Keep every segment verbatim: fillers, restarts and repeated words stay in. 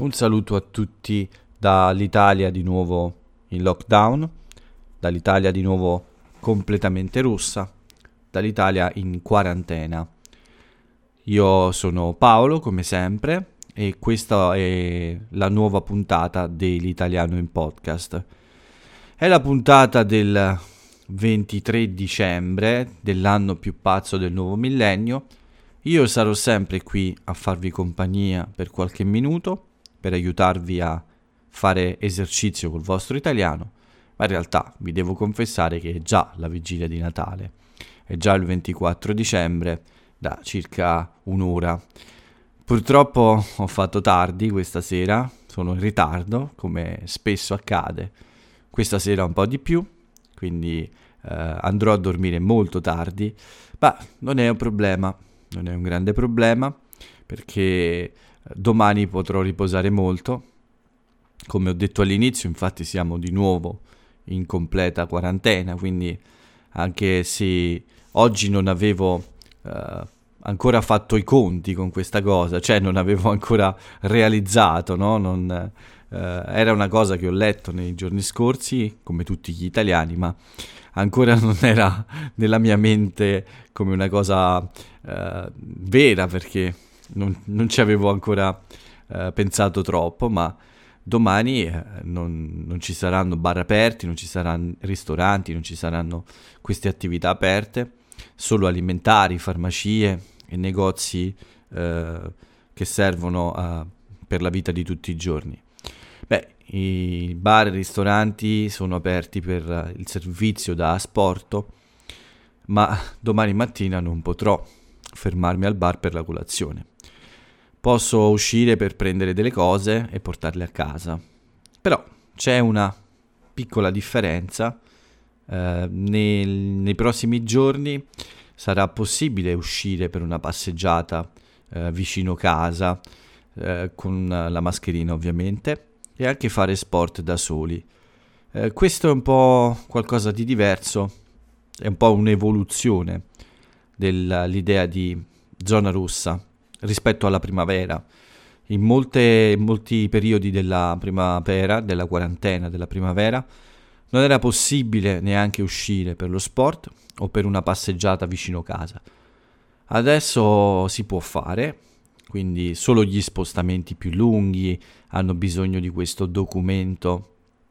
Un saluto a tutti dall'Italia di nuovo in lockdown, dall'Italia di nuovo completamente rossa, dall'Italia in quarantena. Io sono Paolo, come sempre, e questa è la nuova puntata dell'Italiano in Podcast. È la puntata del ventitré dicembre dell'anno più pazzo del nuovo millennio. Io sarò sempre qui a farvi compagnia per qualche minuto, per aiutarvi a fare esercizio col vostro italiano, ma in realtà vi devo confessare che è già la vigilia di Natale, è già il ventiquattro dicembre, da circa un'ora. Purtroppo ho fatto tardi questa sera, sono in ritardo, come spesso accade. Questa sera un po' di più, quindi eh, andrò a dormire molto tardi, ma non è un problema, non è un grande problema, perché domani potrò riposare molto. Come ho detto all'inizio, infatti siamo di nuovo in completa quarantena, quindi anche se oggi non avevo eh, ancora fatto i conti con questa cosa, cioè non avevo ancora realizzato, no? Non, eh, era una cosa che ho letto nei giorni scorsi, come tutti gli italiani, ma ancora non era nella mia mente come una cosa eh, vera, perché non, non ci avevo ancora eh, pensato troppo, ma domani eh, non, non ci saranno bar aperti, non ci saranno ristoranti, non ci saranno queste attività aperte, solo alimentari, farmacie e negozi eh, che servono a, per la vita di tutti i giorni. Beh, i bar e i ristoranti sono aperti per il servizio da asporto, ma domani mattina non potrò fermarmi al bar per la colazione. Posso uscire per prendere delle cose e portarle a casa. Però c'è una piccola differenza. Eh, nel, nei prossimi giorni sarà possibile uscire per una passeggiata eh, vicino casa, eh, con la mascherina ovviamente, e anche fare sport da soli. Eh, questo è un po' qualcosa di diverso, è un po' un'evoluzione dell'idea di zona rossa rispetto alla primavera. In molte, in molti periodi della primavera, della quarantena della primavera, non era possibile neanche uscire per lo sport o per una passeggiata vicino casa. Adesso si può fare, quindi solo gli spostamenti più lunghi hanno bisogno di questo documento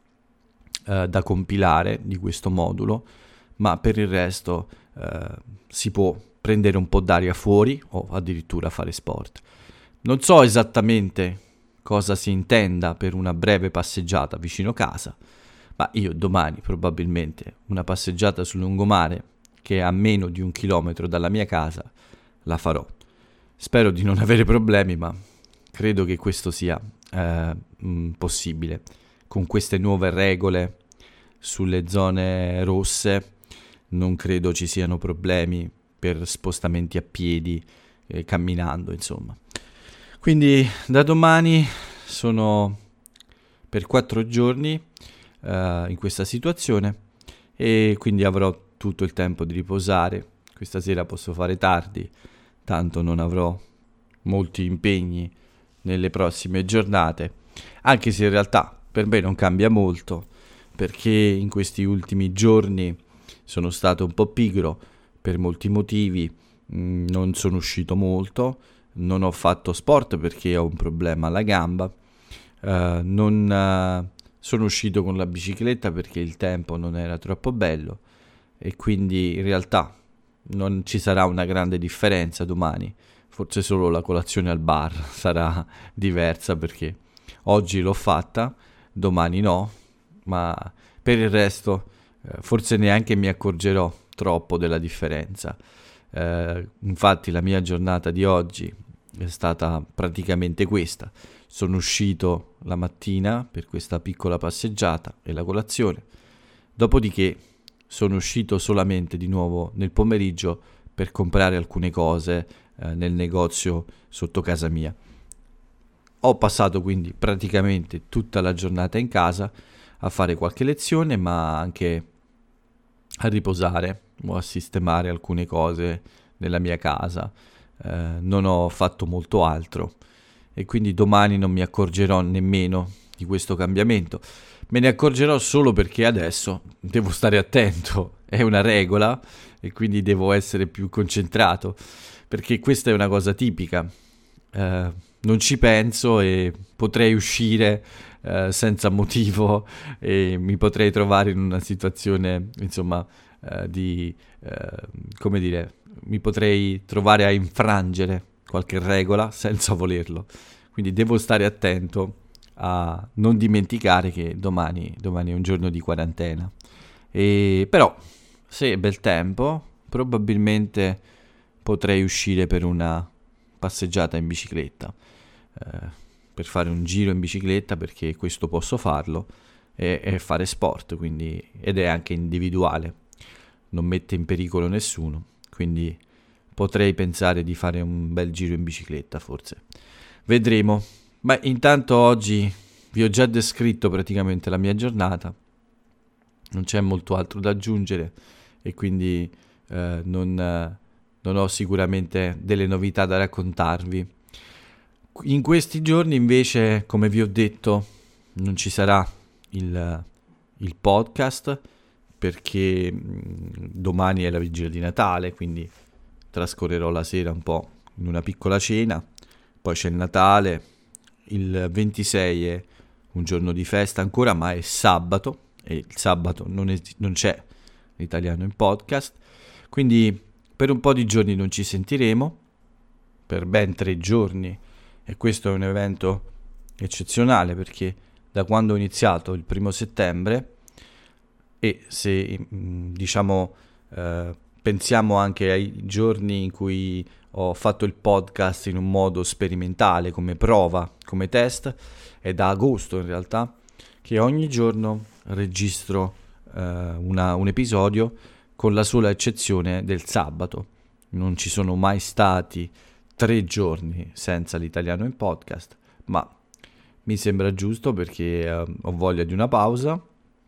eh, da compilare, di questo modulo, ma per il resto eh, si può prendere un po' d'aria fuori o addirittura fare sport. Non so esattamente cosa si intenda per una breve passeggiata vicino casa, ma io domani probabilmente una passeggiata sul lungomare, che è a meno di un chilometro dalla mia casa, la farò. Spero di non avere problemi, ma credo che questo sia eh, mh, possibile. Con queste nuove regole sulle zone rosse non credo ci siano problemi per spostamenti a piedi, eh, camminando, insomma. Quindi da domani sono per quattro giorni eh, in questa situazione e quindi avrò tutto il tempo di riposare. Questa sera posso fare tardi, tanto non avrò molti impegni nelle prossime giornate, anche se in realtà per me non cambia molto, perché in questi ultimi giorni sono stato un po' pigro per molti motivi, mh, non sono uscito molto, non ho fatto sport perché ho un problema alla gamba, uh, non uh, sono uscito con la bicicletta perché il tempo non era troppo bello e quindi in realtà non ci sarà una grande differenza domani, forse solo la colazione al bar sarà diversa perché oggi l'ho fatta, domani no, ma per il resto eh, forse neanche mi accorgerò troppo della differenza. Eh, infatti la mia giornata di oggi è stata praticamente questa. Sono uscito la mattina per questa piccola passeggiata e la colazione, dopodiché sono uscito solamente di nuovo nel pomeriggio per comprare alcune cose eh, nel negozio sotto casa mia. Ho passato quindi praticamente tutta la giornata in casa a fare qualche lezione, ma anche a riposare o a sistemare alcune cose nella mia casa. Eh, non ho fatto molto altro e quindi domani non mi accorgerò nemmeno di questo cambiamento. Me ne accorgerò solo perché adesso devo stare attento, è una regola e quindi devo essere più concentrato, perché questa è una cosa tipica. Eh, non ci penso e potrei uscire eh, senza motivo e mi potrei trovare in una situazione, insomma, eh, di, eh, come dire, mi potrei trovare a infrangere qualche regola senza volerlo. Quindi devo stare attento a non dimenticare che domani, domani è un giorno di quarantena. E, però, se è bel tempo, probabilmente potrei uscire per una passeggiata in bicicletta, eh, per fare un giro in bicicletta, perché questo posso farlo, e, e fare sport, quindi, ed è anche individuale, non mette in pericolo nessuno, quindi potrei pensare di fare un bel giro in bicicletta, forse. Vedremo. Ma intanto oggi vi ho già descritto praticamente la mia giornata, non c'è molto altro da aggiungere e quindi eh, non, eh, non ho sicuramente delle novità da raccontarvi. In questi giorni invece, come vi ho detto, non ci sarà il, il podcast perché mh, domani è la vigilia di Natale, quindi trascorrerò la sera un po' in una piccola cena, poi c'è il Natale, il ventisei è un giorno di festa ancora, ma è sabato, e il sabato non, è, non c'è l'italiano in podcast, quindi per un po' di giorni non ci sentiremo, per ben tre giorni, e questo è un evento eccezionale perché da quando ho iniziato il primo settembre, e se diciamo eh, pensiamo anche ai giorni in cui ho fatto il podcast in un modo sperimentale, come prova, come test, è da agosto in realtà che ogni giorno registro eh, una, un episodio, con la sola eccezione del sabato. Non ci sono mai stati tre giorni senza l'italiano in podcast, ma mi sembra giusto perché eh, ho voglia di una pausa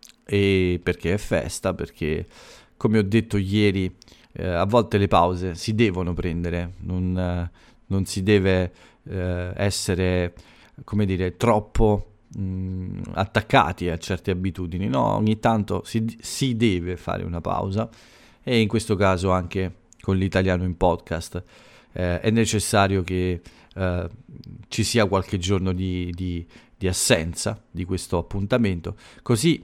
e perché è festa, perché come ho detto ieri, eh, a volte le pause si devono prendere, non, eh, non si deve eh, essere, come dire, troppo mh, attaccati a certe abitudini, no? Ogni tanto si, si deve fare una pausa, e in questo caso anche con l'italiano in podcast eh, è necessario che eh, ci sia qualche giorno di, di, di assenza di questo appuntamento, così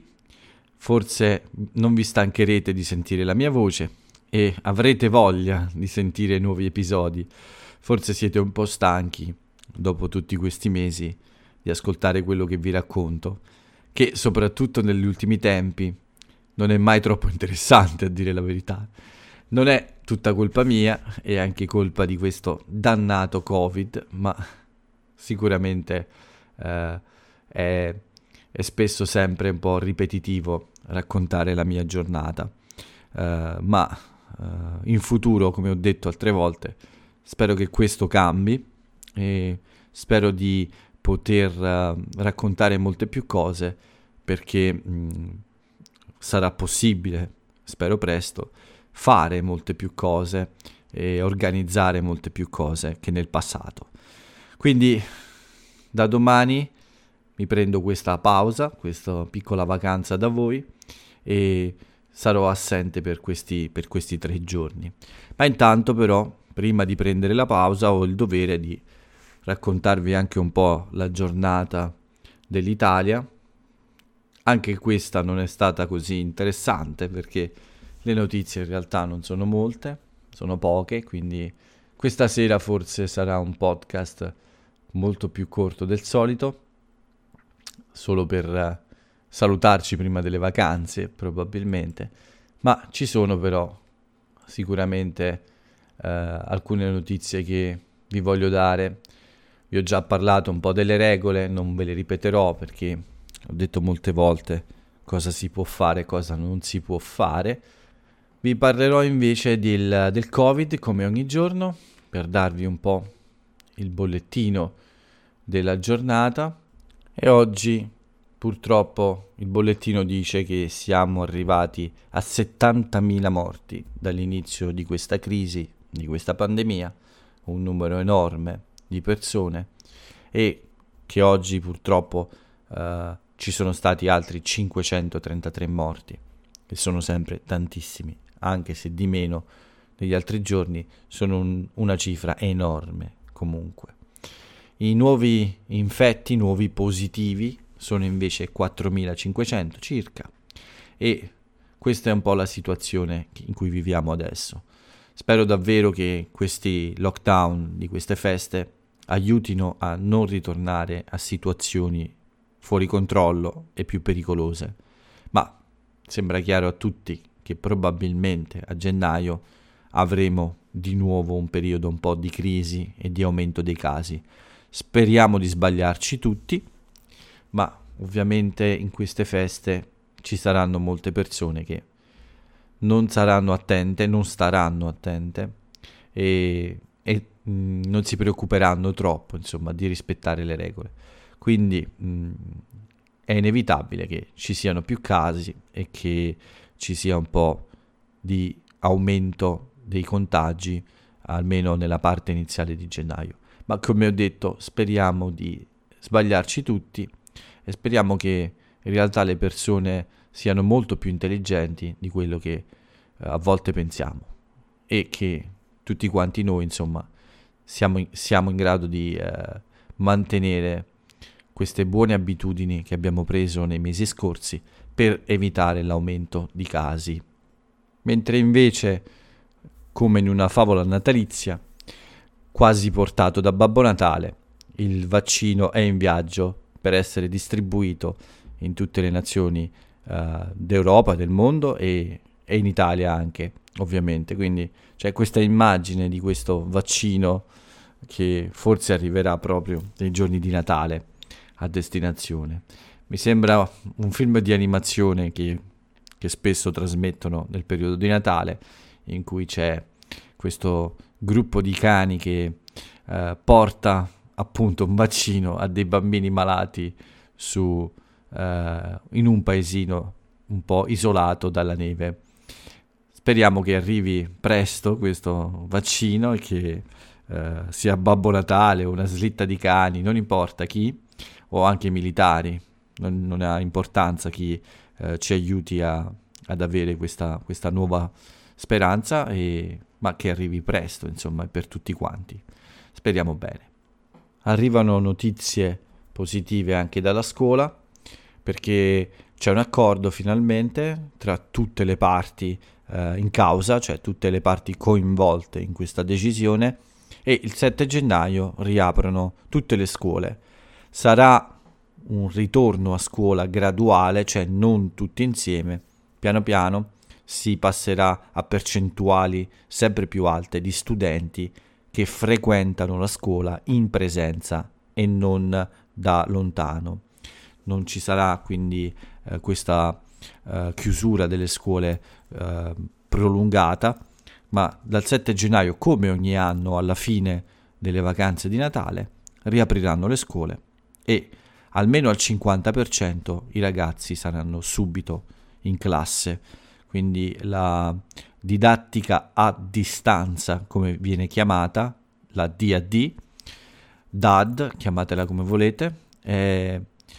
forse non vi stancherete di sentire la mia voce e avrete voglia di sentire nuovi episodi. Forse siete un po' stanchi dopo tutti questi mesi di ascoltare quello che vi racconto, che soprattutto negli ultimi tempi non è mai troppo interessante, a dire la verità. Non è tutta colpa mia, è anche colpa di questo dannato Covid, ma sicuramente eh, è, è spesso sempre un po' ripetitivo raccontare la mia giornata. Uh, ma uh, in futuro, come ho detto altre volte, spero che questo cambi e spero di poter uh, raccontare molte più cose, perché mh, sarà possibile, spero presto, fare molte più cose e organizzare molte più cose che nel passato. Quindi da domani mi prendo questa pausa, questa piccola vacanza da voi, e sarò assente per questi, per questi tre giorni. Ma intanto però, prima di prendere la pausa, ho il dovere di raccontarvi anche un po' la giornata dell'Italia. Anche questa non è stata così interessante perché le notizie in realtà non sono molte, sono poche, quindi questa sera forse sarà un podcast molto più corto del solito, solo per salutarci prima delle vacanze probabilmente, ma ci sono però sicuramente eh, alcune notizie che vi voglio dare. Vi ho già parlato un po' delle regole, non ve le ripeterò perché ho detto molte volte cosa si può fare e cosa non si può fare. Vi parlerò invece del, del Covid, come ogni giorno, per darvi un po' il bollettino della giornata. E oggi purtroppo il bollettino dice che siamo arrivati a settantamila morti dall'inizio di questa crisi, di questa pandemia, un numero enorme di persone, e che oggi purtroppo uh, ci sono stati altri cinquecentotrentatré morti, che sono sempre tantissimi, anche se di meno degli altri giorni, sono un, una cifra enorme comunque. I nuovi infetti, nuovi positivi, sono invece quattromilacinquecento circa, e questa è un po' la situazione in cui viviamo adesso. Spero davvero che questi lockdown di queste feste aiutino a non ritornare a situazioni fuori controllo e più pericolose, ma sembra chiaro a tutti che probabilmente a gennaio avremo di nuovo un periodo un po' di crisi e di aumento dei casi. Speriamo di sbagliarci tutti, ma ovviamente in queste feste ci saranno molte persone che non saranno attente, non staranno attente e, e mh, non si preoccuperanno troppo, insomma, di rispettare le regole. Quindi mh, è inevitabile che ci siano più casi e che ci sia un po' di aumento dei contagi, almeno nella parte iniziale di gennaio. Ma come ho detto, speriamo di sbagliarci tutti e speriamo che in realtà le persone siano molto più intelligenti di quello che eh, a volte pensiamo, e che tutti quanti noi, insomma, siamo in, siamo in grado di eh, mantenere queste buone abitudini che abbiamo preso nei mesi scorsi per evitare l'aumento di casi. Mentre invece, come in una favola natalizia, quasi portato da Babbo Natale, il vaccino è in viaggio per essere distribuito in tutte le nazioni uh, d'Europa, del mondo e, e in Italia anche, ovviamente. Quindi c'è questa immagine di questo vaccino che forse arriverà proprio nei giorni di Natale a destinazione. Mi sembra un film di animazione che, che spesso trasmettono nel periodo di Natale, in cui c'è questo gruppo di cani che uh, porta appunto un vaccino a dei bambini malati su, uh, in un paesino un po' isolato dalla neve. Speriamo che arrivi presto questo vaccino e che uh, sia Babbo Natale o una slitta di cani, non importa chi, o anche militari, non, non ha importanza chi uh, ci aiuti a, ad avere questa, questa nuova speranza, e, ma che arrivi presto, insomma, per tutti quanti. Speriamo bene. Arrivano notizie positive anche dalla scuola, perché c'è un accordo finalmente tra tutte le parti eh, in causa, cioè tutte le parti coinvolte in questa decisione, e il sette gennaio riaprono tutte le scuole. Sarà un ritorno a scuola graduale, cioè non tutti insieme, piano piano si passerà a percentuali sempre più alte di studenti che frequentano la scuola in presenza e non da lontano. Non ci sarà quindi eh, questa eh, chiusura delle scuole eh, prolungata, ma dal sette gennaio, come ogni anno alla fine delle vacanze di Natale, riapriranno le scuole e almeno al cinquanta per cento i ragazzi saranno subito in classe. Quindi la didattica a distanza, come viene chiamata, la D A D, D A D, chiamatela come volete, eh,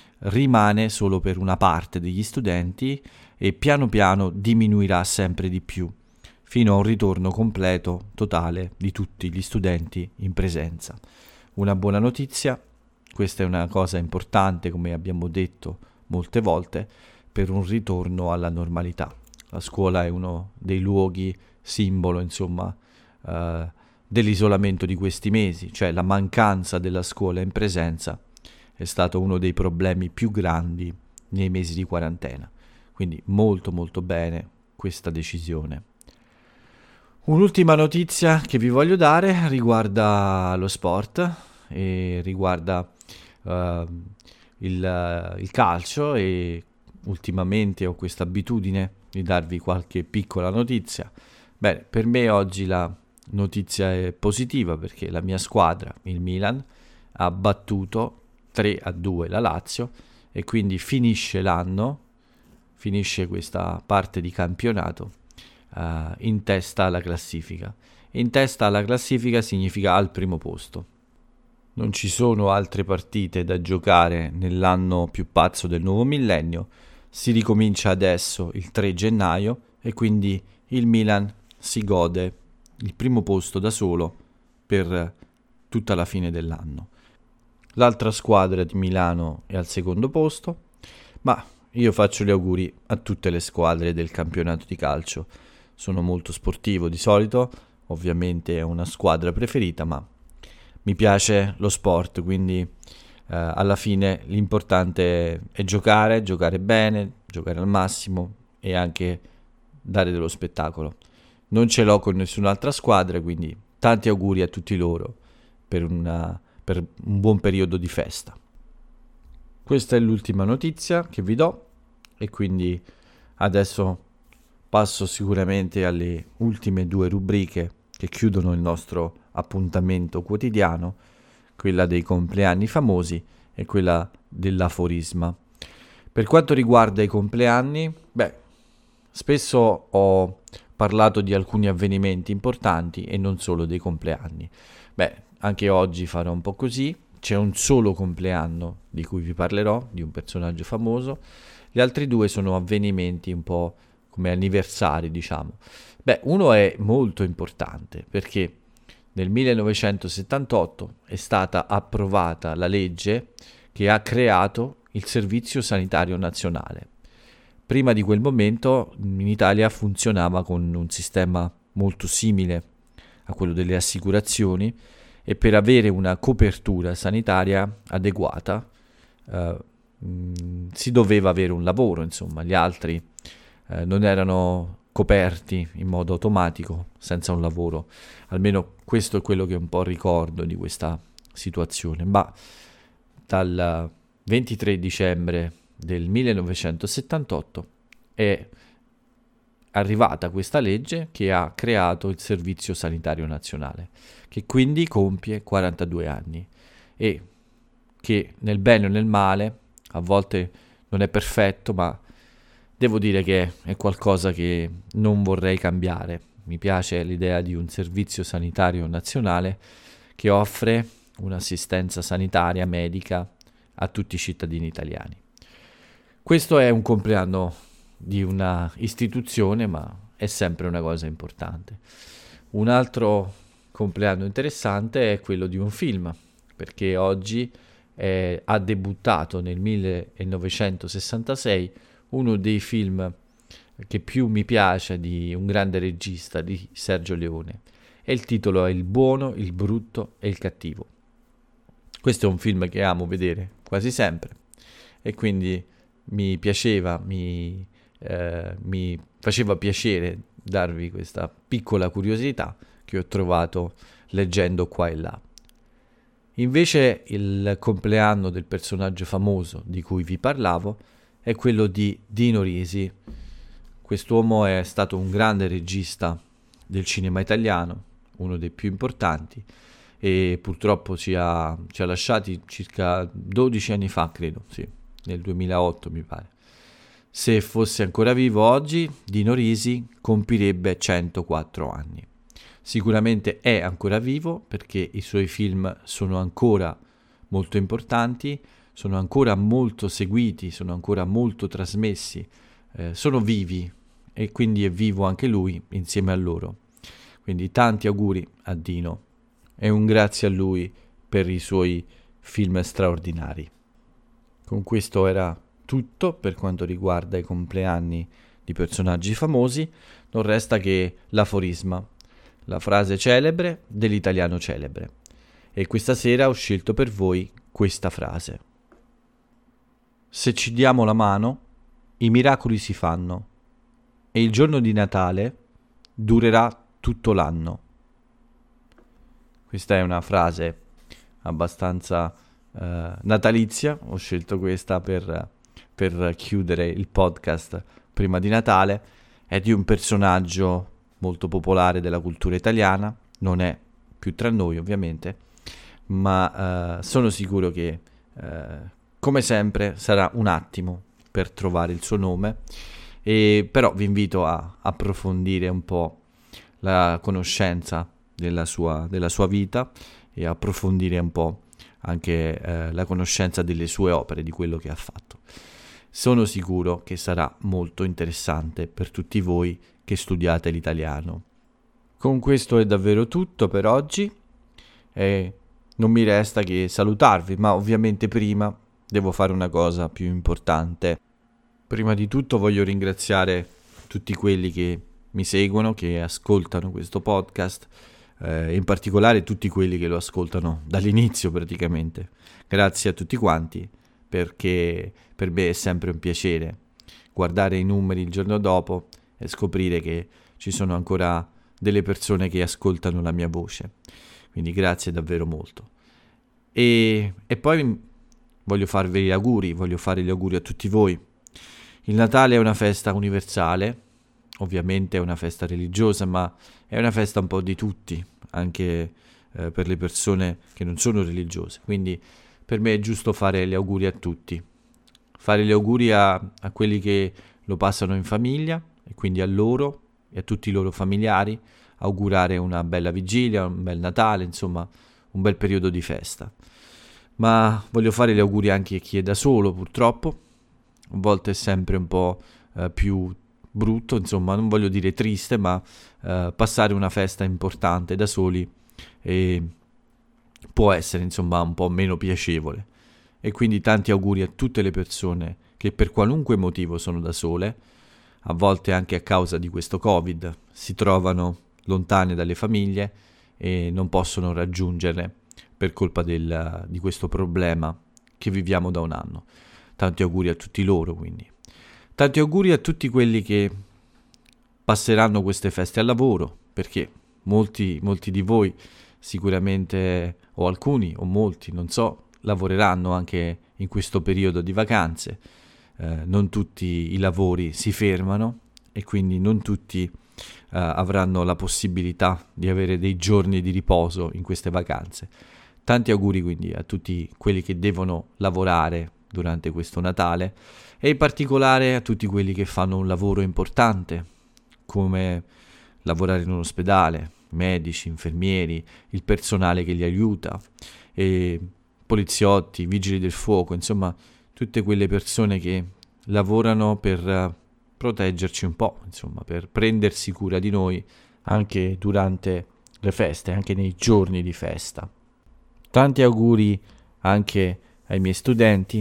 rimane solo per una parte degli studenti e piano piano diminuirà sempre di più, fino a un ritorno completo, totale, di tutti gli studenti in presenza. Una buona notizia, questa è una cosa importante, come abbiamo detto molte volte, per un ritorno alla normalità. La scuola è uno dei luoghi simbolo, insomma, eh, dell'isolamento di questi mesi, cioè la mancanza della scuola in presenza è stato uno dei problemi più grandi nei mesi di quarantena. Quindi molto molto bene questa decisione. Un'ultima notizia che vi voglio dare riguarda lo sport e riguarda uh, il, il calcio, e ultimamente ho questa abitudine di darvi qualche piccola notizia. Bene, per me oggi la notizia è positiva perché la mia squadra, il Milan, ha battuto tre a due la Lazio e quindi finisce l'anno, finisce questa parte di campionato uh, in testa alla classifica. In testa alla classifica significa al primo posto. non ci sono altre partite da giocare nell'anno più pazzo del nuovo millennio, si ricomincia adesso il tre gennaio e quindi il Milan si gode il primo posto da solo per tutta la fine dell'anno. L'altra squadra di Milano è al secondo posto, ma io faccio gli auguri a tutte le squadre del campionato di calcio. Sono molto sportivo di solito, ovviamente è una squadra preferita, ma mi piace lo sport, quindi eh, alla fine l'importante è giocare, giocare bene, giocare al massimo e anche dare dello spettacolo. Non ce l'ho con nessun'altra squadra, quindi tanti auguri a tutti loro per, una, per un buon periodo di festa. Questa è l'ultima notizia che vi do e quindi adesso passo sicuramente alle ultime due rubriche che chiudono il nostro appuntamento quotidiano, quella dei compleanni famosi e quella dell'aforisma. Per quanto riguarda i compleanni, beh, spesso ho parlato di alcuni avvenimenti importanti e non solo dei compleanni. Beh, anche oggi farò un po' così. C'è un solo compleanno di cui vi parlerò, di un personaggio famoso. Gli altri due sono avvenimenti un po' come anniversari, diciamo. Beh, uno è molto importante perché nel millenovecentosettantotto è stata approvata la legge che ha creato il Servizio Sanitario Nazionale. Prima di quel momento in Italia funzionava con un sistema molto simile a quello delle assicurazioni e per avere una copertura sanitaria adeguata eh, mh, si doveva avere un lavoro, insomma, gli altri eh, non erano coperti in modo automatico senza un lavoro. Almeno questo è quello che un po' ricordo di questa situazione. Ma dal ventitré dicembre del millenovecentosettantotto è arrivata questa legge che ha creato il Servizio Sanitario Nazionale, che quindi compie quarantadue anni e che nel bene o nel male, a volte non è perfetto, ma devo dire che è qualcosa che non vorrei cambiare. Mi piace l'idea di un Servizio Sanitario Nazionale che offre un'assistenza sanitaria medica a tutti i cittadini italiani. Questo è un compleanno di una istituzione, ma è sempre una cosa importante. Un altro compleanno interessante è quello di un film, perché oggi è, ha debuttato nel millenovecentosessantasei uno dei film che più mi piace di un grande regista, di Sergio Leone, e il titolo è Il buono, il brutto e il cattivo. Questo è un film che amo vedere quasi sempre e quindi mi piaceva, mi, eh, mi faceva piacere darvi questa piccola curiosità che ho trovato leggendo qua e là. Invece il compleanno del personaggio famoso di cui vi parlavo è quello di Dino Risi. Quest'uomo è stato un grande regista del cinema italiano, uno dei più importanti, e purtroppo ci ha, ci ha lasciati circa dodici anni fa, credo, sì, nel duemilaotto mi pare. Se fosse ancora vivo oggi, Dino Risi compirebbe centoquattro anni. Sicuramente è ancora vivo perché i suoi film sono ancora molto importanti, sono ancora molto seguiti, sono ancora molto trasmessi, eh, sono vivi e quindi è vivo anche lui insieme a loro. Quindi tanti auguri a Dino e un grazie a lui per i suoi film straordinari. Con questo era tutto per quanto riguarda i compleanni di personaggi famosi, non resta che l'aforisma, la frase celebre dell'italiano celebre. E questa sera ho scelto per voi questa frase. Se ci diamo la mano, i miracoli si fanno e il giorno di Natale durerà tutto l'anno. Questa è una frase abbastanza eh, natalizia, ho scelto questa per, per chiudere il podcast prima di Natale. È di un personaggio molto popolare della cultura italiana, non è più tra noi ovviamente, ma eh, sono sicuro che eh, come sempre sarà un attimo per trovare il suo nome, e però vi invito a approfondire un po' la conoscenza della sua, della sua vita e approfondire un po' anche eh, la conoscenza delle sue opere, di quello che ha fatto. Sono sicuro che sarà molto interessante per tutti voi che studiate l'italiano. Con questo è davvero tutto per oggi e non mi resta che salutarvi, ma ovviamente prima devo fare una cosa più importante. Prima di tutto voglio ringraziare tutti quelli che mi seguono, che ascoltano questo podcast, eh, in particolare tutti quelli che lo ascoltano dall'inizio praticamente. Grazie a tutti quanti, perché per me è sempre un piacere guardare i numeri il giorno dopo e scoprire che ci sono ancora delle persone che ascoltano la mia voce. Quindi grazie davvero molto. E, e poi voglio farvi gli auguri, voglio fare gli auguri a tutti voi. Il Natale è una festa universale, ovviamente è una festa religiosa, ma è una festa un po' di tutti, anche eh, per le persone che non sono religiose. Quindi per me è giusto fare gli auguri a tutti. Fare gli auguri a, a quelli che lo passano in famiglia, e quindi a loro e a tutti i loro familiari, augurare una bella vigilia, un bel Natale, insomma un bel periodo di festa. Ma voglio fare gli auguri anche a chi è da solo, purtroppo. A volte è sempre un po' eh, più brutto, insomma, non voglio dire triste, ma eh, passare una festa importante da soli e può essere, insomma, un po' meno piacevole. E quindi tanti auguri a tutte le persone che per qualunque motivo sono da sole, a volte anche a causa di questo Covid, si trovano lontane dalle famiglie e non possono raggiungerle per colpa del, di questo problema che viviamo da un anno. Tanti auguri a tutti loro, quindi. Tanti auguri a tutti quelli che passeranno queste feste al lavoro, perché molti, molti di voi sicuramente, o alcuni, o molti, non so, lavoreranno anche in questo periodo di vacanze. Eh, non tutti i lavori si fermano e quindi non tutti Uh, avranno la possibilità di avere dei giorni di riposo in queste vacanze. Tanti auguri quindi a tutti quelli che devono lavorare durante questo Natale e in particolare a tutti quelli che fanno un lavoro importante, come lavorare in un ospedale, medici, infermieri, il personale che li aiuta, e poliziotti, vigili del fuoco, insomma tutte quelle persone che lavorano per uh, proteggerci un po', insomma, per prendersi cura di noi anche durante le feste, anche nei giorni di festa. Tanti auguri anche ai miei studenti,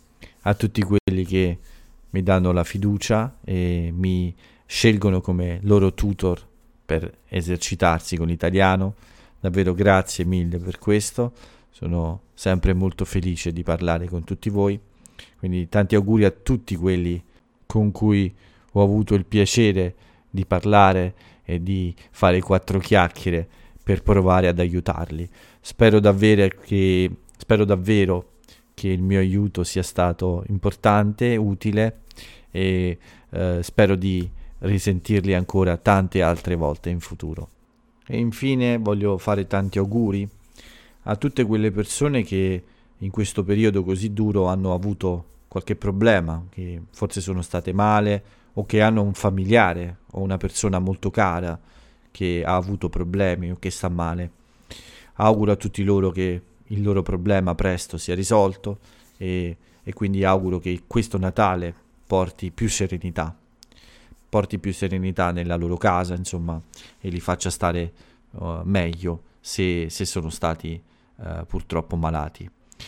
a tutti quelli che mi danno la fiducia e mi scelgono come loro tutor per esercitarsi con l'italiano. Davvero grazie mille per questo, sono sempre molto felice di parlare con tutti voi. Quindi tanti auguri a tutti quelli con cui ho avuto il piacere di parlare e di fare quattro chiacchiere per provare ad aiutarli. Spero davvero che, spero davvero che il mio aiuto sia stato importante, utile e eh, spero di risentirli ancora tante altre volte in futuro. E infine voglio fare tanti auguri a tutte quelle persone che in questo periodo così duro hanno avuto qualche problema, che forse sono state male o che hanno un familiare o una persona molto cara che ha avuto problemi o che sta male. Auguro a tutti loro che il loro problema presto sia risolto e, e quindi auguro che questo Natale porti più serenità, porti più serenità nella loro casa, insomma, e li faccia stare uh, meglio se, se sono stati uh, purtroppo malati.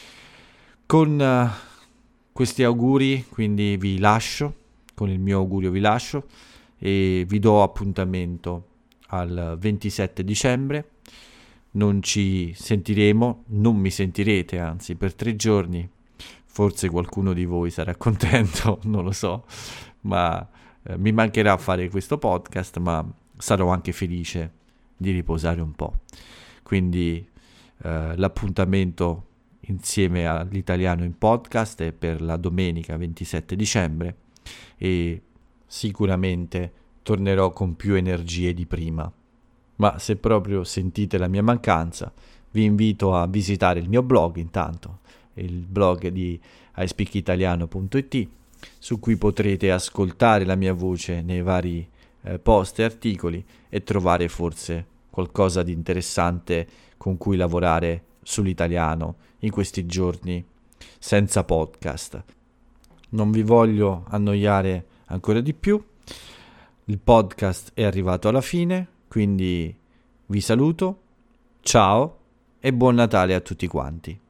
Con uh, questi auguri quindi vi lascio, con il mio augurio vi lascio e vi do appuntamento al ventisette dicembre. Non ci sentiremo, non mi sentirete anzi per tre giorni, forse qualcuno di voi sarà contento, non lo so, ma eh, mi mancherà fare questo podcast, ma sarò anche felice di riposare un po'. Quindi eh, l'appuntamento insieme all'italiano in podcast è per la domenica ventisette dicembre e sicuramente tornerò con più energie di prima. Ma se proprio sentite la mia mancanza, vi invito a visitare il mio blog intanto, il blog di i speak italiano punto it, su cui potrete ascoltare la mia voce nei vari eh, post e articoli e trovare forse qualcosa di interessante con cui lavorare sull'italiano in questi giorni senza podcast. Non vi voglio annoiare ancora di più. Il podcast è arrivato alla fine, quindi vi saluto. Ciao e buon Natale a tutti quanti.